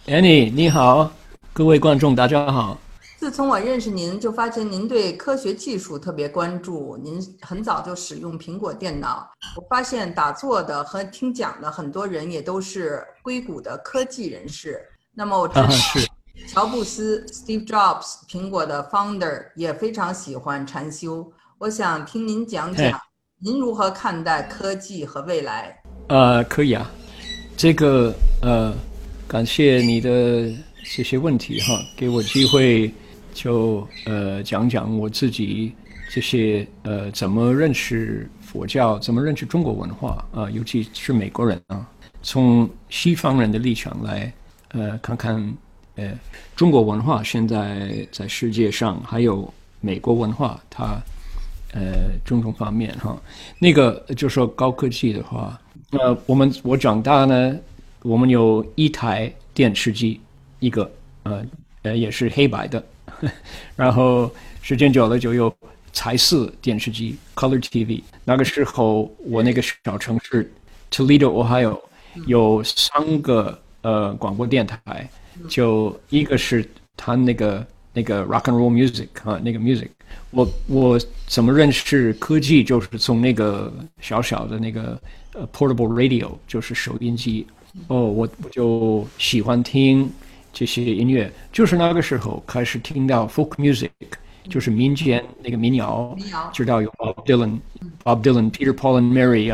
Annie，你好，各位观众，大家好。 自从我认识您，就发现您对科学技术特别关注。您很早就使用苹果电脑。我发现打坐的和听讲的很多人也都是硅谷的科技人士。那么我知道， 是乔布斯 （Steve Jobs） 苹果的 founder 也非常喜欢禅修。我想听您讲嘿， 讲，您如何看待科技和未来？ 可以啊。这个感谢你的这些问题哈，给我机会就讲讲我自己这些怎么认识佛教，怎么认识中国文化尤其是美国人啊，从西方人的立场来看看中国文化现在在世界上还有美国文化它种种方面哈。那个就说高科技的话，我长大呢，我们有一台电视机，一个也是黑白的，然后时间久了就有彩色电视机 （Color TV）。那个时候我那个小城市 Toledo, Ohio 有3个广播电台，就一个是他那个 rock and roll music 那个 music。我怎么认识科技，就是从那个小小的那个portable radio，就是收音机。我就喜欢听这些音乐，就是那个时候开始听到 folk music，就是民间那个民谣， 民谣。 知道有 Bob Dylan、Peter Paul and Mary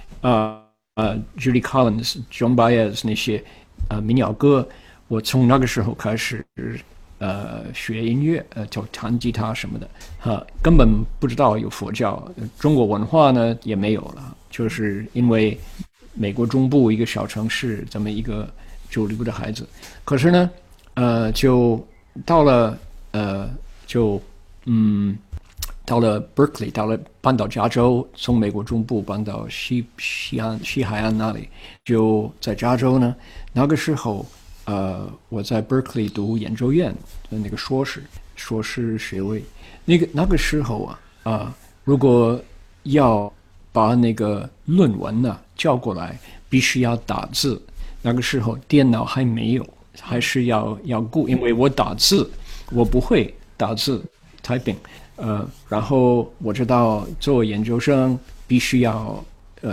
Judy Collins、Joan Baez 那些民谣歌。我从那个时候开始学音乐，就弹吉他什么的，根本不知道有佛教，中国文化呢也没有了，就是因为美国中部一个小城市这么一个主流的孩子，可是呢，就到了就到了 Berkeley，到了搬到加州，从美国中部搬到西海岸那里，就在加州呢，那个时候。我在 Berkeley 读研究院的那个硕士学位，那个时候如果要把那个论文叫过来，必须要打字。那个时候电脑还没有，还是要顾，因为我打字我不会打字 typing，然后我知道做研究生必须要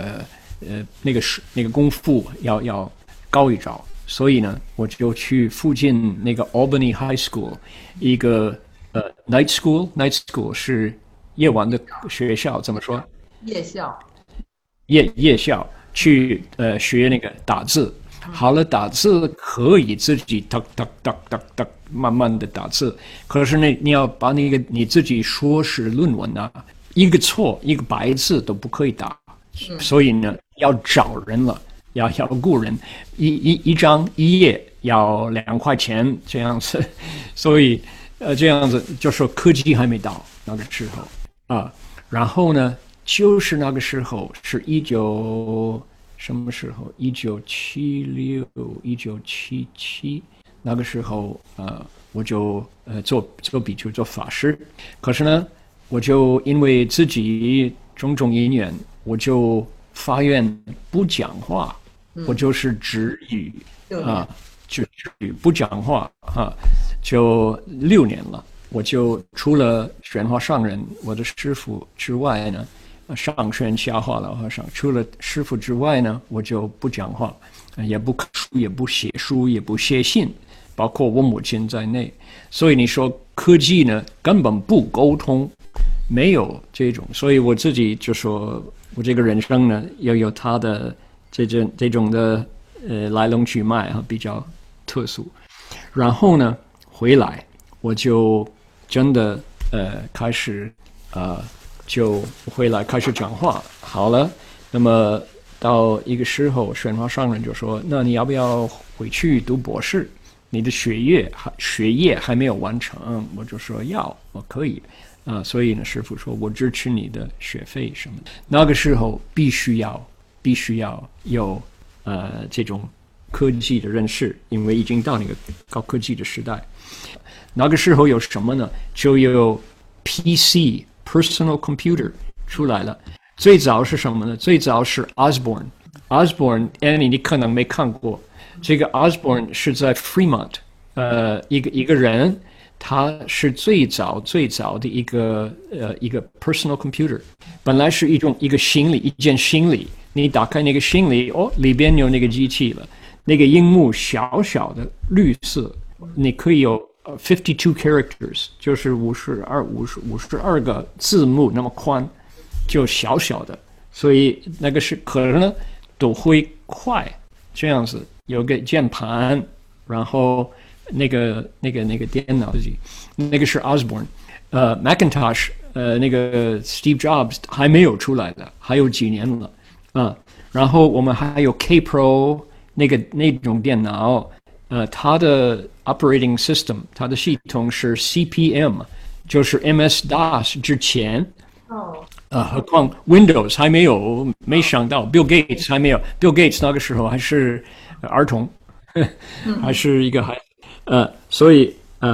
那个功夫要高一招。所以呢，我就去附近那个 Albany High School，一个night school，night school 是夜晚的学校，怎么说？ 夜校。 夜校去学那个打字。好了，打字可以自己哒哒哒哒哒慢慢的打字，可是呢，你要把那个你自己硕士论文一个错一个白字都不可以打，所以呢，要找人了。要雇人，一张一页要2块钱这样子，所以这样子就说科技还没到那个时候然后呢，就是那个时候是什么时候？1976、1977那个时候我就做比丘做法师，可是呢，我就因为自己种种因缘，我就发愿不讲话。我就是止语就止语不讲话就6年了。我就除了玄化上人我的师父之外呢，上宣下化老和尚，除了师父之外呢，我就不讲话，也不看书，也不写书，也不写信，包括我母亲在内。所以你说科技呢，根本不沟通，没有这种。所以我自己就说，我这个人生呢，要有他的。这种的来龙去脉比较特殊，然后呢回来我就真的开始就回来开始讲话好了。那么到一个时候，玄华上人就说：“那你要不要回去读博士？你的学业还没有完成。”我就说要，我可以所以呢，师父说我支持你的学费什么的。那个时候必须要有这种科技的认识，因为已经到那个高科技的时代。那个时候有什么呢？就有 PC personal computer 出来了。最早是什么呢？最早是 Osborne，Annie 你可能没看过， 这个 Osborne 是在 Fremont，一个人，他是最早的一个personal computer，本来是一个行李，一件行李，你打开那个行李，里边有那个机器了，那个荧幕小小的绿色，你可以有52 characters， 就是52个字幕那么宽，就小小的，所以那个是可能呢都会快这样子，有个键盘，然后那个电脑自己，那个是 Osborne，Macintosh，那个 Steve Jobs 还没有出来的，还有几年了啊。然后我们还有 K-Pro 那种电脑，它的 operating system， 它的系统是 CP/M， 就是 MS-DOS 之前。何况 Windows 还没想到 ，Bill Gates 还没有 ，Bill Gates 那个时候还是儿童，还是一个孩子，所以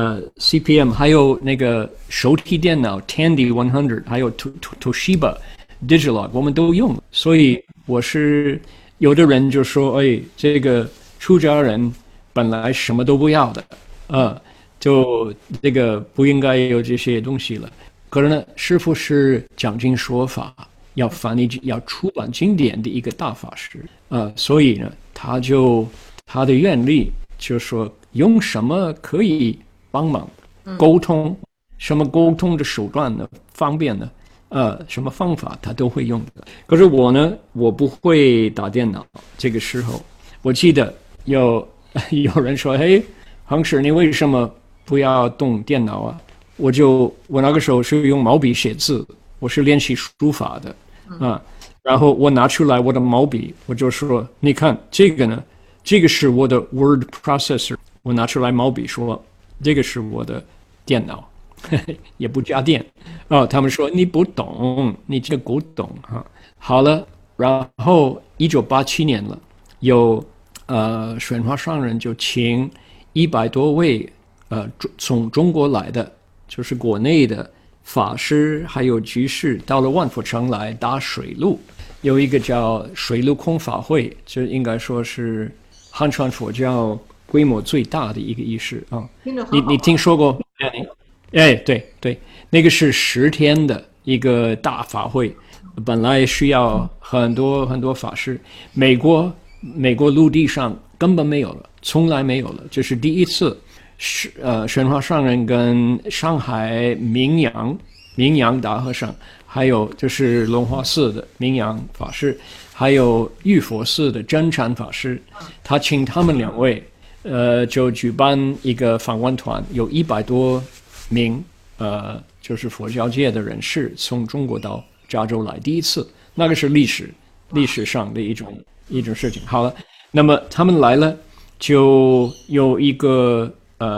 CP/M 还有那个手提电脑 Tandy 100，还有 Toshiba Digilog 我们都用，所以有的人就说，这个出家人本来什么都不要的，就这个不应该有这些东西了。可是呢，师父是讲经说法，要翻译、要出版经典的一个大法师，所以呢，他的愿力就是说，用什么可以帮忙沟通，什么沟通的手段呢，方便呢，什么方法他都会用的。可是我呢，我不会打电脑。这个时候，我记得有人说：“嘿，黄师，你为什么不要动电脑啊？”我那个时候是用毛笔写字，我是练习书法的然后我拿出来我的毛笔，我就说：“你看这个呢，这个是我的 word processor。”我拿出来毛笔说：“这个是我的电脑。”也不加电他们说你不懂，你这个古董好了，然后1987年了，有水华上人就请100多位从中国来的，就是国内的法师还有居士到了万佛城来打水路，有一个叫水陆空法会，这应该说是汉传佛教规模最大的一个仪式你听说过？对，那个是10天的一个大法会，本来需要很多法师，美国陆地上根本没有了，从来没有了，这是第一次。玄华上人跟上海明阳大和尚，还有就是龙华寺的明阳法师，还有玉佛寺的真禅法师，他请他们2位，就举办一个访问团，有100多名就是佛教界的人士从中国到加州来，第一次，那个是历史上的一种事情。好了，那么他们来了，就有一个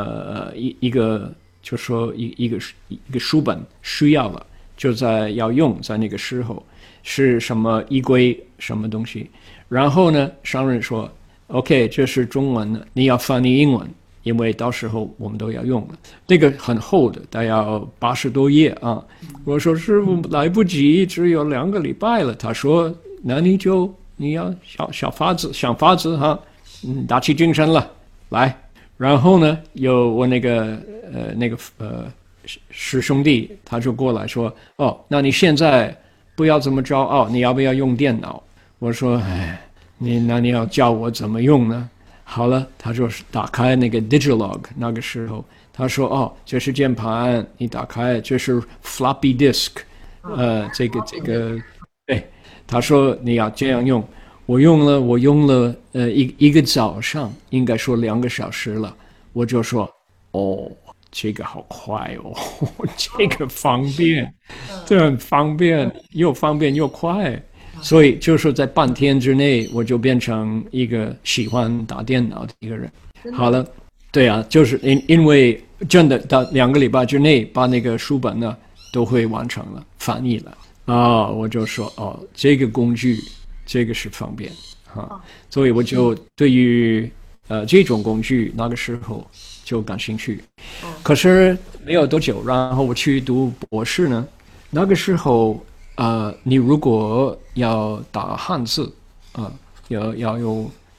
就说一个书本需要了，就要用在那个时候是什么仪规什么东西，然后呢，商人说 OK， 这是中文的，你要翻译英文，因为到时候我们都要用了。这个很厚的，大概要80多页啊。我说师父来不及，只有2个礼拜了。他说那你要想法子哈，打起精神了，来。然后呢，有我那个师兄弟，他就过来说，那你现在不要这么骄傲，你要不要用电脑？我说，那你要教我怎么用呢？好了，他就打开那个 Digilog， 那个时候他说，这是键盘，你打开，这是 floppy disk， 这个，对，他说你要这样用。我用了一个早上，应该说2个小时了，我就说这个好快这个方便，这很方便，又方便又快，所以就是在半天之内，我就变成一个喜欢打电脑的一个人。好了，对啊，就是因为真的到2个礼拜之内，把那个书本呢都会完成了，翻译了我就说这个工具。这个是方便所以我就对于这种工具那个时候就感兴趣。可是没有多久，然后我去读博士呢，那个时候你如果要打汉字要有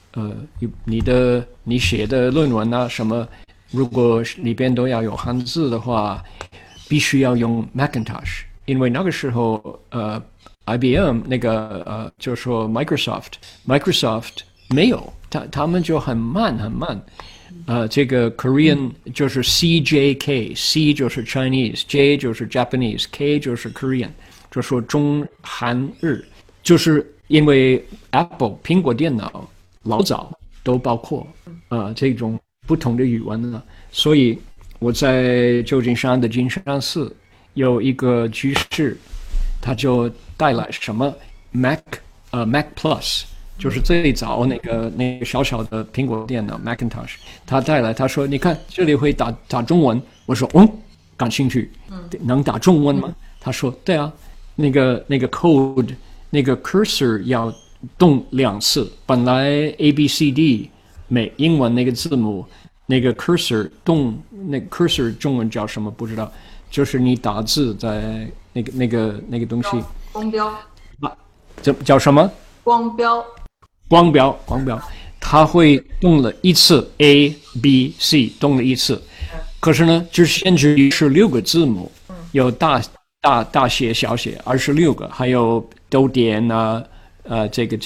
你写的论文啊什么，如果里边都要有汉字的话，必须要用 Macintosh， 因为那个时候IBM 那个就说 Microsoft 没有，他们就很慢。这个 Korean 就是 CJK，C 就是 Chinese，J 就是 Japanese，K 就是 Korean， 就说中韩日，就是因为 Apple 苹果电脑老早都包括这种不同的语文了，所以我在旧金山的金山寺有一个居士，他就带来什么 Mac Plus。就是最早那个小小的苹果电脑 Macintosh， 他带来，他说：“你看这里会打中文。”我说：“感兴趣，能打中文吗？”他说：“对啊，那个 code 那个 cursor 要动2次，本来 A B C D 英文那个字母那个 cursor 动，那个 cursor 中文叫什么不知道，就是你打字在那个东西， 光标这叫什么？ 光标， 它会动了1次 A B C 动了1次，可是呢，只限制于是6个字母，有大写小写26个，还有逗点啊，这个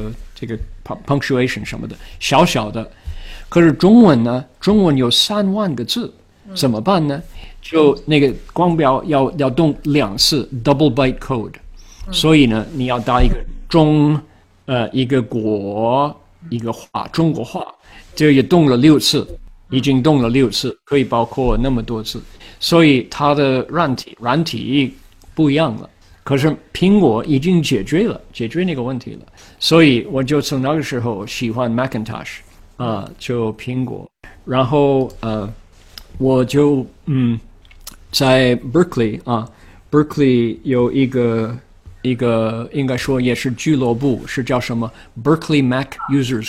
punctuation 什么的，小的。可是中文呢？中文有3万个字，怎么办呢？就那个光标要动2次 double byte code，所以呢，你要打一个中。一个国，一个话，中国话，这也动了6次，已经动了6次，可以包括那么多字，所以它的软体不一样了。可是苹果已经解决那个问题了，所以我就从那个时候喜欢 Macintosh 就苹果，然后我就在 Berkeley 有一个应该说也是俱乐部，是叫什么 Berkeley Mac Users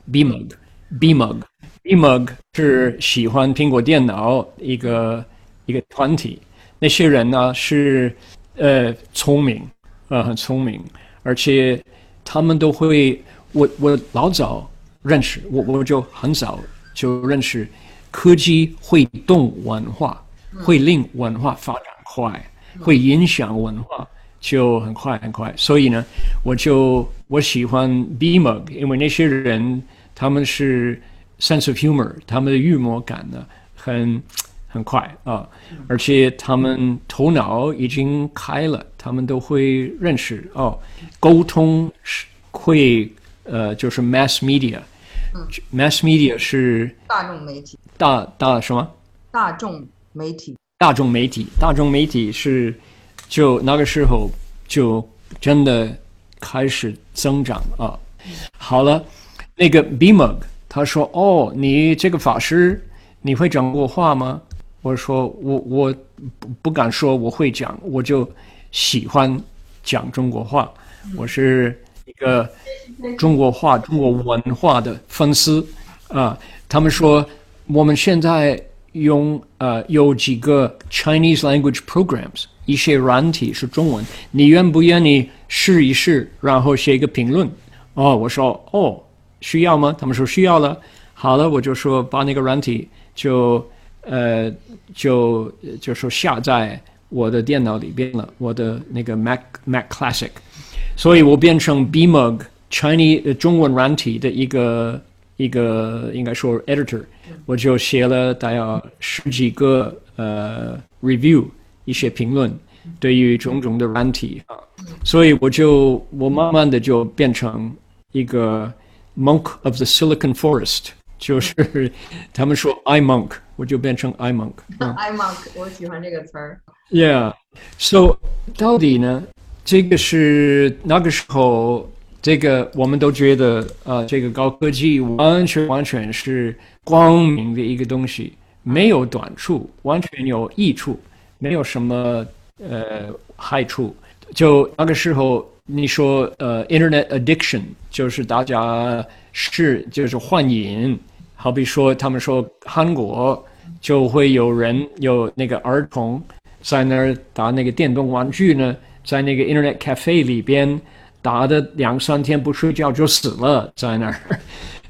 Group，BMUG 是喜欢苹果电脑一个团体，那些人呢是聪明，很聪明，而且他们都会，我老早认识，我就很早就认识，科技会动文化，会令文化发展快，会影响文化。就很快，所以呢，我喜欢 BMUG， 因为那些人他们是 sense of humor， 他们的幽默感呢很快而且他们头脑已经开了，他们都会认识沟通会就是 mass media，mass media 是大众媒体， 什么？ 大众媒体是。就那个时候就真的开始增长好了，那个 BMUG 他说：“你这个法师，你会讲过话吗？”我说：“我不敢说我会讲，我就喜欢讲中国话。我是一个中国文化的粉丝他们说我们现在有几个 Chinese language programs。”一些软体是中文，你愿不愿意试一试，然后写一个评论？我说需要吗？他们说需要了。好了，我就说把那个软体就说下在我的电脑里边了，我的那个 Mac Classic， 所以我变成 BMUG Chinese 中文软体的一个应该说 editor， 我就写了大概10几个review。一些评论对于种种的软体所以我慢慢的就变成一个 monk of the Silicon Forest， 就是他们说 iMonk， 我就变成 iMonk。iMonk， 我喜欢这个词儿。 So 到底呢？这个是那个时候，这个我们都觉得这个高科技完全是光明的一个东西，没有短处，完全有益处。没有什么害处。就那个时候，你说Internet addiction， 就是大家就是幻瘾，好比说他们说韩国就会有那个儿童在那儿打那个电动玩具呢，在那个 Internet cafe 里边打的2-3天不睡觉就死了，在那儿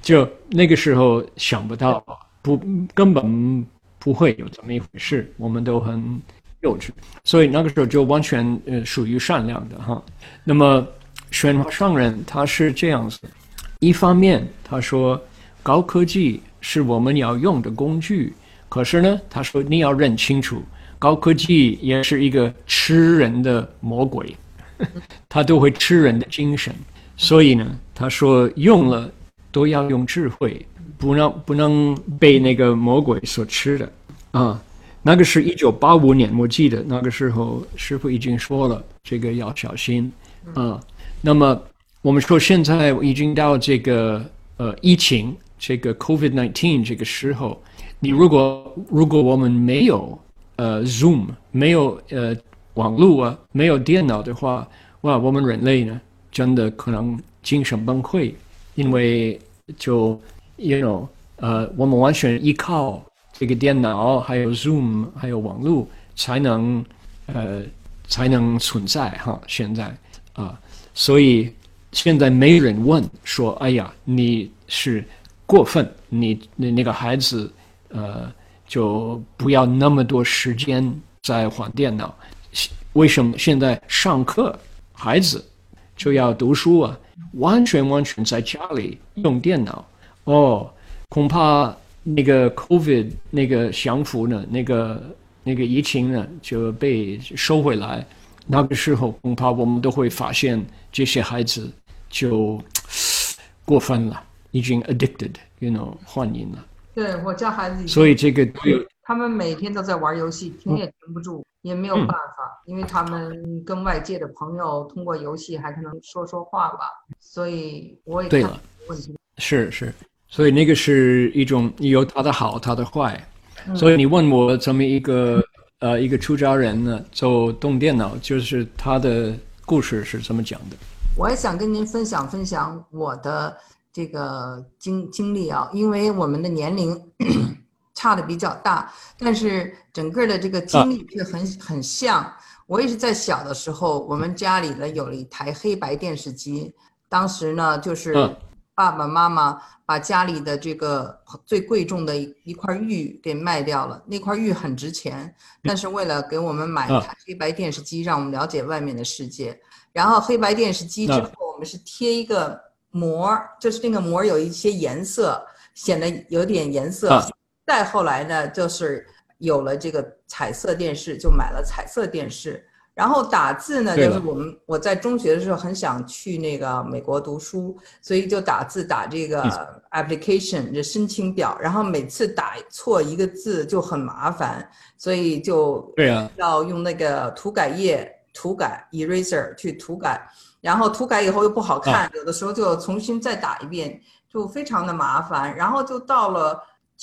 就那个时候想不到，根本不会有这么一回事，我们都很幼稚，所以那个时候就完全属于善良的哈。那么选华商人他是这样子，一方面他说高科技是我们要用的工具，可是呢，他说你要认清楚，高科技也是一个吃人的魔鬼，他都会吃人的精神。所以呢，他说用了都要用智慧，不能被那个魔鬼所吃的啊。那个是1985年，我记得那个时候师父已经说了，这个要小心啊。那么我们说现在已经到这个疫情这个 COVID-19 这个时候，你如果我们没有Zoom 没有网络啊，没有电脑的话，哇，我们人类呢真的可能精神崩溃，因为就我们完全依靠这个电脑，还有 Zoom， 还有网络才能存在哈。现在所以现在没人问说，哎呀，你是过分，你那个孩子就不要那么多时间在玩电脑。为什么现在上课孩子就要读书啊？完全在家里用电脑恐怕那个 COVID 那个降服呢，那个疫情呢就被收回来。那个时候恐怕我们都会发现这些孩子就过分了，已经 addicted， 上瘾了。 对，我家孩子， 所以这个他们每天都在玩游戏，停也停不住，也没有办法，因为他们跟外界的朋友通过游戏还可能说话吧。所以我也看问题是，所以那个是一种有它的好，它的坏。所以你问我这么一个出家人呢，就动电脑，就是他的故事是怎么讲的？ 我也想跟您分享我的这个经历啊，因为我们的年龄差的比较大，但是整个的这个经历是很像。我也是在小的时候，我们家里呢有了一台黑白电视机，当时呢就是爸爸妈妈把家里的这个最贵重的一块玉给卖掉了，那块玉很值钱，但是为了给我们买一台黑白电视机，让我们了解外面的世界。然后黑白电视机之后，我们是贴一个膜，就是那个膜有一些颜色，显得有点颜色。再后来呢，就是有了这个彩色电视，就买了彩色电视。然后打字呢，就是我在中学的时候很想去那个美国读书，所以就打字打这个 application 这申请表，然后每次打错一个字就很麻烦，所以就要用那个涂改液涂改 eraser 去涂改，然后涂改以后又不好看，有的时候就重新再打一遍，就非常的麻烦。然后就到了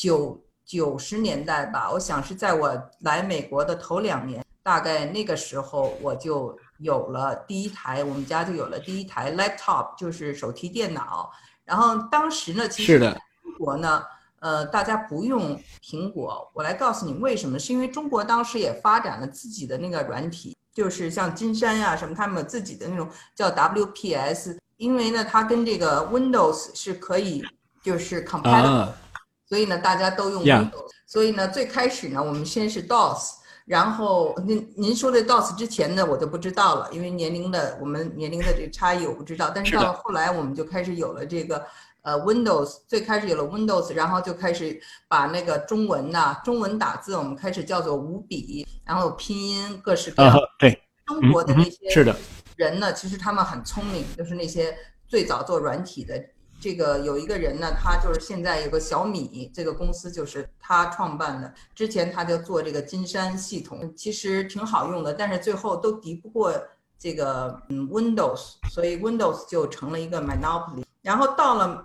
90年代吧，我想是在我来美国的头2年。大概那个时候我就有了第一台，我们家就有了第一台 laptop， 就是手提电脑。然后当时呢，其实中国呢，大家不用苹果。我来告诉你为什么，是因为中国当时也发展了自己的那个软体，就是像金山呀什么，他们有自己的那种叫 WPS。因为呢，它跟这个 Windows 是可以就是 compatible，所以呢，大家都用 Windows。所以呢，最开始呢，我们先是 DOS。然后您说的 DOS 之前呢，我就不知道了，因为我们年龄的这个差异我不知道。但是到了后来，我们就开始有了这个Windows， 最开始有了 Windows， 然后就开始把那个中文打字，我们开始叫做五笔，然后拼音各式各样。 对， 中国的那些人呢，其实他们很聪明，就是那些最早做软体的。这个有一个人呢，他就是现在有个小米这个公司，就是他创办的。之前他就做这个金山系统，其实挺好用的，但是最后都敌不过这个Windows， 所以 Windows 就成了一个 monopoly。然后到了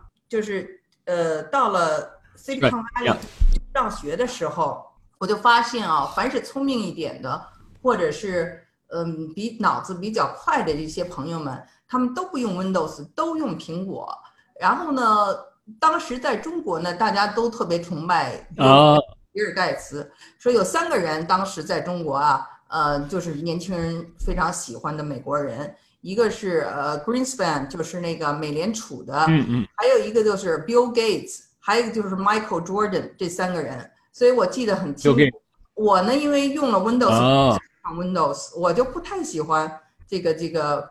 Silicon Valley 上学的时候，我就发现凡是聪明一点的，或者是比脑子比较快的这些朋友们，他们都不用 Windows， 都用苹果。然后呢，当时在中国呢，大家都特别崇拜比尔盖茨，说有3个人当时在中国就是年轻人非常喜欢的美国人， 一个是Greenspan，就是那个美联储的，还有一个就是 Bill Gates，还有一个就是 Michael Jordan，这3个人，所以我记得很清楚。我呢，因为用了 Windows，我就不太喜欢这个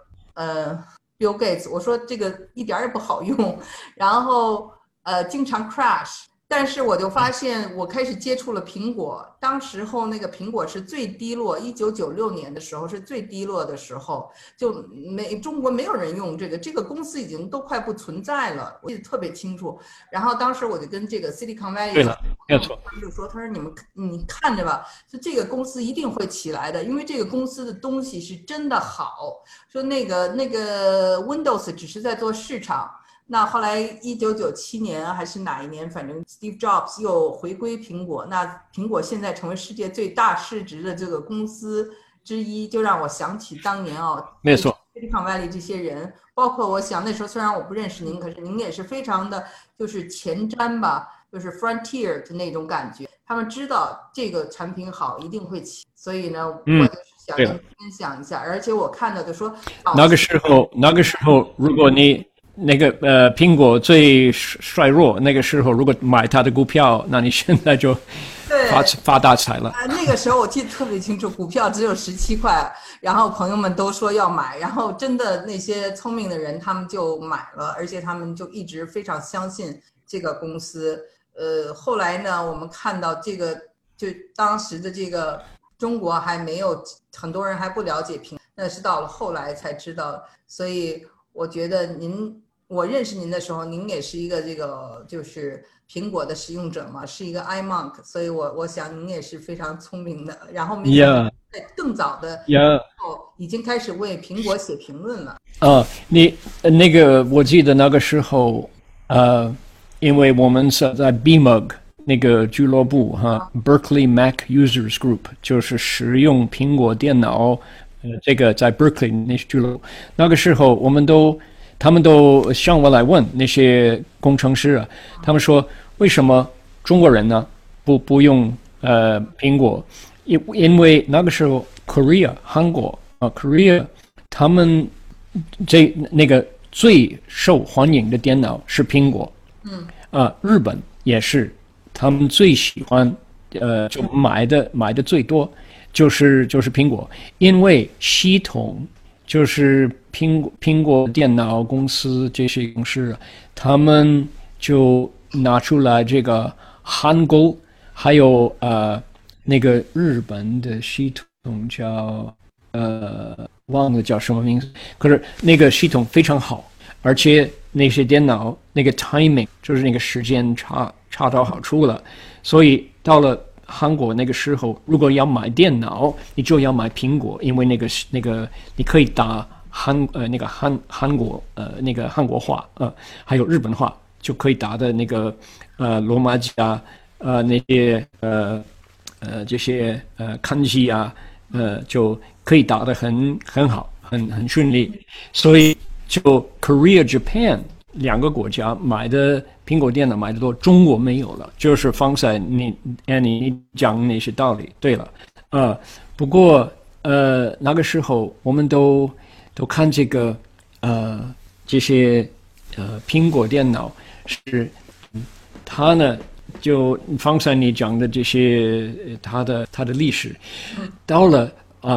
Bill Gates，我说这个一点也不好用，然后经常 crash。但是我就发现，我开始接触了苹果，当时候那个苹果是最低落，1996年的时候是最低落的时候，就中国没有人用这个公司已经都快不存在了，我记得特别清楚。然后当时我就跟这个 Silicon Valley 对了，没有错， 他就说，他说你看着吧，就这个公司一定会起来的，因为这个公司的东西是真的好。说那个 Windows 只是在做市场。那后来1997年还是哪一年，反正 Steve Jobs 又回归苹果，那苹果现在成为世界最大市值的这个公司之一，就让我想起当年没有错 ，Silicon Valley 这些人，包括我想那时候虽然我不认识您，可是您也是非常的就是前瞻吧，就是 frontier 的那种感觉，他们知道这个产品好一定会起，所以呢，我就是想跟您分享一下，而且我看到就说那个时候，如果你那个苹果最衰弱，那个时候如果买它的股票，那你现在就发大财了。 那个时候我记得特别清楚，股票只有17块，然后朋友们都说要买，然后真的那些聪明的人他们就买了，而且他们就一直非常相信这个公司。后来呢，我们看到这个就当时的这个中国还没有很多人还不了解苹果，那是到了后来才知道，所以我觉得我认识您的时候，您也是一个这个就是苹果的使用者嘛，是一个 iMonk， 所以我想您也是非常聪明的。然后在更早的已经开始为苹果写评论了。 你那个我记得那个时候，因为我们是在 BMUG 那个俱乐部哈，Berkeley Mac Users Group 就是使用苹果电脑，这个在 Berkeley 那俱乐部，那个时候他们都向我来问那些工程师啊，他们说为什么中国人呢不用苹果？因为那个时候 韩国Korea 他们那个最受欢迎的电脑是苹果，日本也是，他们最喜欢就买的最多就是苹果，因为系统。就是苹果电脑公司这些公司，他们就拿出来这个韩国，还有那个日本的系统叫忘了叫什么名字，可是那个系统非常好，而且那些电脑那个 timing 就是那个时间差到好处了，所以到了韩国那个时候，如果要买电脑，你就要买苹果，因为那个你可以打韩国那个韩国话还有日本话，就可以打的那个罗马字啊那些这些汉字啊就可以打得很好，很顺利，所以就 Korea、Japan 2个国家买的苹果电脑买的多，中国没有了，就是方才你讲那些道理。对了，不过那个时候我们都看这个这些苹果电脑是它呢就方才你讲的这些它的历史，到了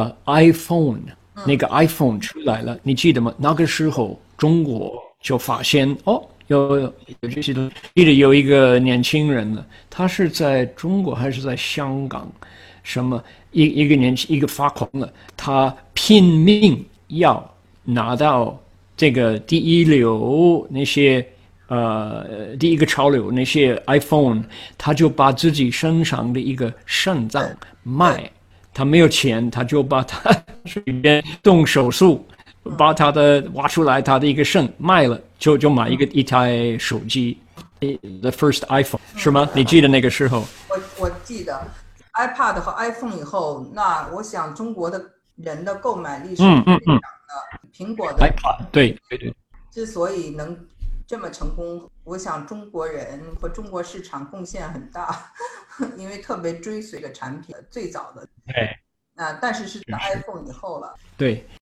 iPhone 那个 iPhone 出来了，你记得吗？那个时候中国就发现有这些东西。记得有一个年轻人呢，他是在中国还是在香港？什么一个发狂了，他拼命要拿到这个第一流那些第一个潮流那些 iPhone， 他就把自己身上的一个肾脏卖，他没有钱，他就把他随便动手术。把挖出来他的一个肾卖了，就买一台手机 ，the first iPhone 是吗？你记得那个时候？ 我记得 iPad 和 iPhone 以后，那我想中国的人的购买力是增长的。苹果的 iPad 对， 之所以能这么成功，我想中国人和中国市场贡献很大，因为特别追随着产品最早的。 对。 但是是在 iPhone 以后了。 对。